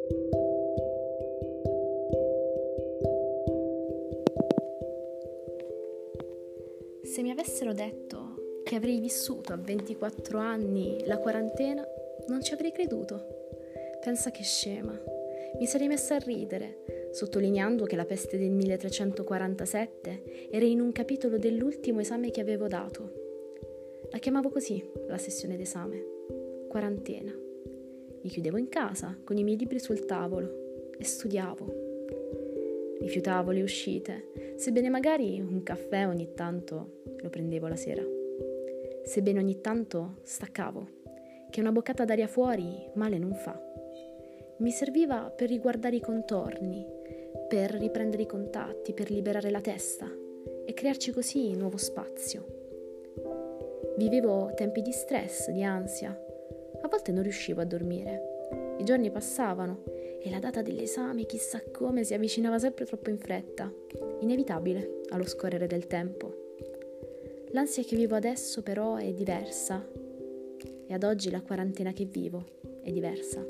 Se mi avessero detto che avrei vissuto a 24 anni la quarantena, non ci avrei creduto. Pensa che scema. Mi sarei messa a ridere, sottolineando che la peste del 1347 era in un capitolo dell'ultimo esame che avevo dato. La chiamavo così, la sessione d'esame. Quarantena. Mi chiudevo in casa, con i miei libri sul tavolo, e studiavo. Rifiutavo le uscite, sebbene magari un caffè ogni tanto lo prendevo la sera. Sebbene ogni tanto staccavo, che una boccata d'aria fuori male non fa. Mi serviva per riguardare i contorni, per riprendere i contatti, per liberare la testa e crearci così nuovo spazio. Vivevo tempi di stress, di ansia. A volte non riuscivo a dormire. I giorni passavano e la data dell'esame, chissà come, si avvicinava sempre troppo in fretta, inevitabile allo scorrere del tempo. L'ansia che vivo adesso però è diversa e ad oggi la quarantena che vivo è diversa.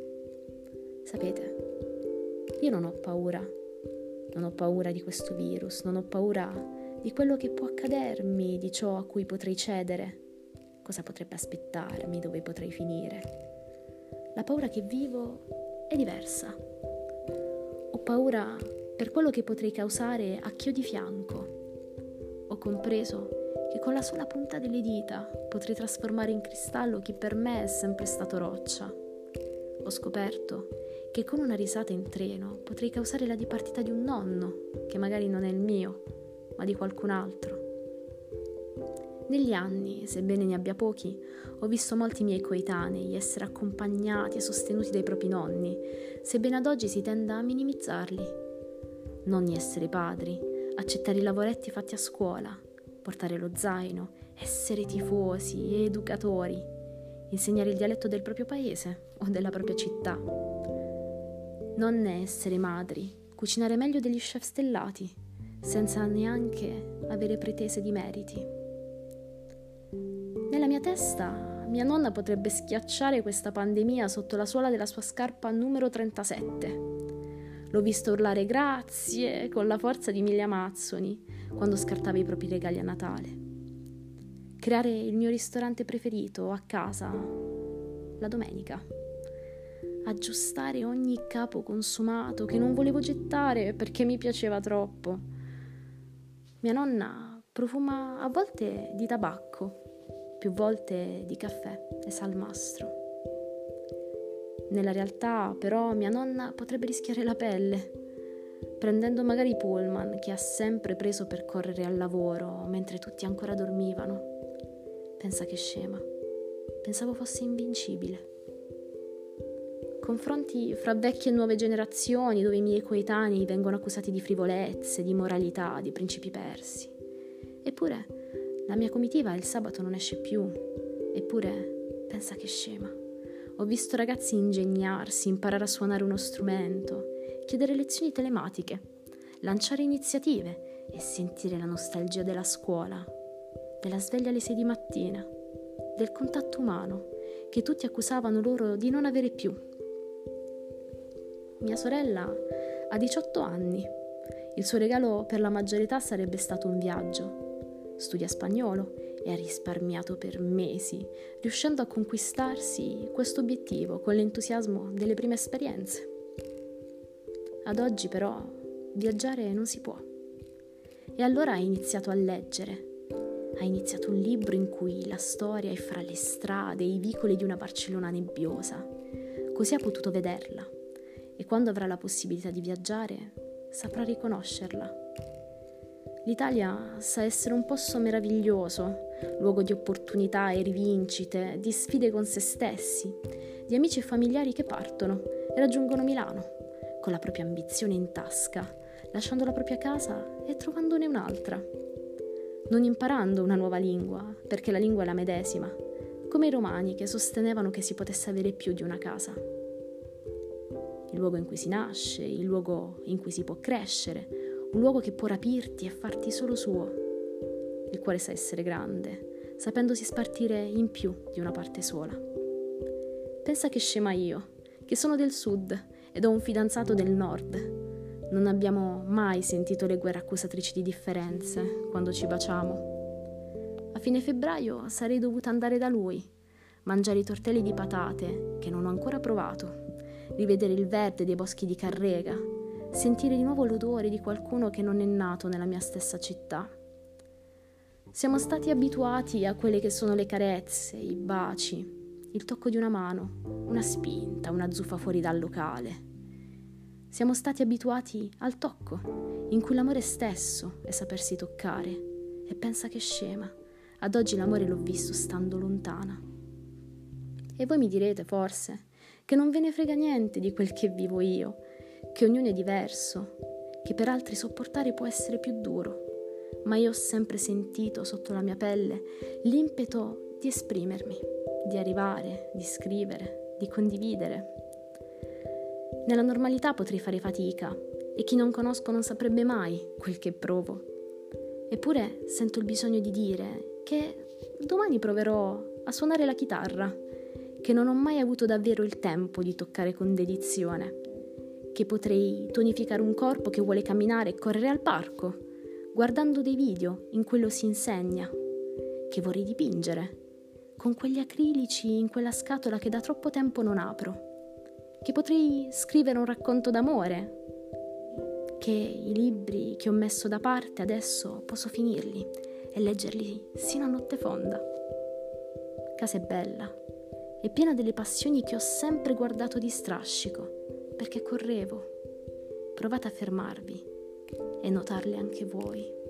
Sapete, io non ho paura di questo virus, non ho paura di quello che può accadermi, di ciò a cui potrei cedere, cosa potrebbe aspettarmi, dove potrei finire. La paura che vivo è diversa. Ho paura per quello che potrei causare a chi ho di fianco. Ho compreso che con la sola punta delle dita potrei trasformare in cristallo chi per me è sempre stato roccia. Ho scoperto che con una risata in treno potrei causare la dipartita di un nonno, che magari non è il mio, ma di qualcun altro. Negli anni, sebbene ne abbia pochi, ho visto molti miei coetanei essere accompagnati e sostenuti dai propri nonni, sebbene ad oggi si tenda a minimizzarli. Nonni essere padri, accettare i lavoretti fatti a scuola, portare lo zaino, essere tifosi e educatori, insegnare il dialetto del proprio paese o della propria città. Nonne essere madri, cucinare meglio degli chef stellati, senza neanche avere pretese di meriti. Nella mia testa, mia nonna potrebbe schiacciare questa pandemia sotto la suola della sua scarpa numero 37. L'ho visto urlare grazie con la forza di 1000 amazzoni quando scartava i propri regali a Natale. Creare il mio ristorante preferito a casa la domenica. Aggiustare ogni capo consumato che non volevo gettare perché mi piaceva troppo. Mia nonna profuma a volte di tabacco, più volte di caffè e salmastro. Nella realtà, però, mia nonna potrebbe rischiare la pelle, prendendo magari i pullman che ha sempre preso per correre al lavoro mentre tutti ancora dormivano. Pensa che scema. Pensavo fosse invincibile. Confronti fra vecchie e nuove generazioni, dove i miei coetanei vengono accusati di frivolezze, di immoralità, di principi persi. Eppure la mia comitiva il sabato non esce più. Eppure, pensa che scema. Ho visto ragazzi ingegnarsi, imparare a suonare uno strumento, chiedere lezioni telematiche, lanciare iniziative e sentire la nostalgia della scuola, della sveglia alle 6 di mattina, del contatto umano che tutti accusavano loro di non avere più. Mia sorella ha 18 anni. Il suo regalo per la maggiore età sarebbe stato un viaggio. Studia spagnolo e ha risparmiato per mesi, riuscendo a conquistarsi questo obiettivo con l'entusiasmo delle prime esperienze. Ad oggi però viaggiare non si può. E allora ha iniziato a leggere. Ha iniziato un libro in cui la storia è fra le strade e i vicoli di una Barcellona nebbiosa. Così ha potuto vederla. E quando avrà la possibilità di viaggiare, saprà riconoscerla. L'Italia sa essere un posto meraviglioso, luogo di opportunità e rivincite, di sfide con se stessi, di amici e familiari che partono e raggiungono Milano, con la propria ambizione in tasca, lasciando la propria casa e trovandone un'altra. Non imparando una nuova lingua, perché la lingua è la medesima, come i romani che sostenevano che si potesse avere più di una casa. Il luogo in cui si nasce, il luogo in cui si può crescere, un luogo che può rapirti e farti solo suo. Il cuore sa essere grande, sapendosi spartire in più di una parte sola. Pensa che scema io, che sono del sud ed ho un fidanzato del nord. Non abbiamo mai sentito le guerre accusatrici di differenze quando ci baciamo. A fine febbraio sarei dovuta andare da lui, mangiare i tortelli di patate che non ho ancora provato, rivedere il verde dei boschi di Carrega, sentire di nuovo l'odore di qualcuno che non è nato nella mia stessa città. Siamo stati abituati a quelle che sono le carezze, i baci, il tocco di una mano, una spinta, una zuffa fuori dal locale. Siamo stati abituati al tocco, in cui l'amore stesso è sapersi toccare. E pensa che scema, ad oggi l'amore l'ho visto stando lontana. E voi mi direte forse che non ve ne frega niente di quel che vivo io, che ognuno è diverso, che per altri sopportare può essere più duro. Ma io ho sempre sentito sotto la mia pelle l'impeto di esprimermi, di arrivare, di scrivere, di condividere. Nella normalità potrei fare fatica e chi non conosco non saprebbe mai quel che provo. Eppure sento il bisogno di dire che domani proverò a suonare la chitarra, che non ho mai avuto davvero il tempo di toccare con dedizione, che potrei tonificare un corpo che vuole camminare e correre al parco, guardando dei video in cui lo si insegna, che vorrei dipingere, con quegli acrilici in quella scatola che da troppo tempo non apro, che potrei scrivere un racconto d'amore, che i libri che ho messo da parte adesso posso finirli e leggerli sino a notte fonda. Casa è bella, è piena delle passioni che ho sempre guardato di strascico, perché correvo. Provate a fermarvi e notarle anche voi.